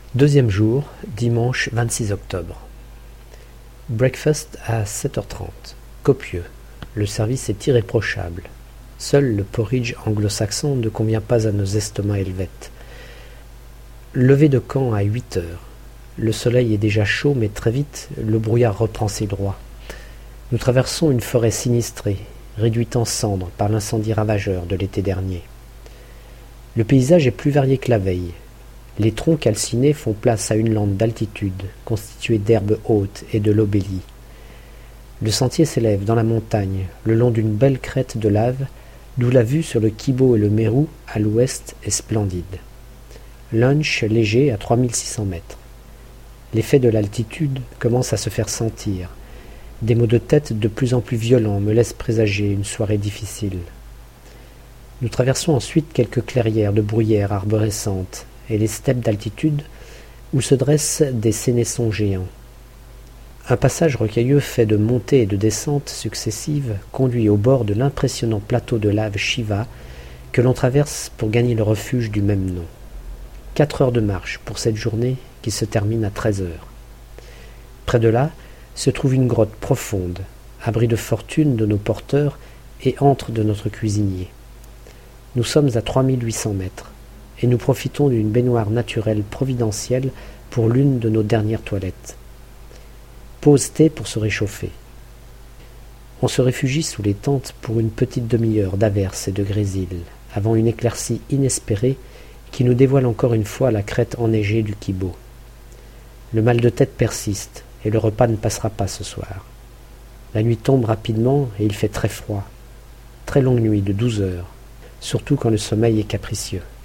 Deuxième jour, dimanche 26 octobre. Breakfast à 7h30. Copieux. Le service est irréprochable. Seul le porridge anglo-saxon ne convient pas à nos estomacs helvètes. Levé de camp à 8h. Le soleil est déjà chaud, mais très vite, le brouillard reprend ses droits. Nous traversons une forêt sinistrée, réduite en cendres par l'incendie ravageur de l'été dernier. Le paysage est plus varié que la veille. Les troncs calcinés font place à une lande d'altitude, constituée d'herbes hautes et de lobélies. Le sentier s'élève dans la montagne, le long d'une belle crête de lave, d'où la vue sur le Kibo et le Meru, à l'ouest, est splendide. Lunch léger à 3600 mètres. L'effet de l'altitude commence à se faire sentir. Des maux de tête de plus en plus violents me laissent présager une soirée difficile. Nous traversons ensuite quelques clairières de bruyères arborescentes et les steppes d'altitude où se dressent des sénessons géants. Un passage rocailleux fait de montées et de descentes successives conduit au bord de l'impressionnant plateau de lave Shiva que l'on traverse pour gagner le refuge du même nom. 4 heures de marche pour cette journée qui se termine à 13h. Près de là se trouve une grotte profonde, abri de fortune de nos porteurs et antre de notre cuisinier. Nous sommes à 3800 mètres et nous profitons d'une baignoire naturelle providentielle pour l'une de nos dernières toilettes. Pause thé pour se réchauffer. On se réfugie sous les tentes pour une petite demi-heure d'averse et de grésil, avant une éclaircie inespérée qui nous dévoile encore une fois la crête enneigée du Kibo. Le mal de tête persiste, et le repas ne passera pas ce soir. La nuit tombe rapidement et il fait très froid. Très longue nuit de 12 heures, surtout quand le sommeil est capricieux.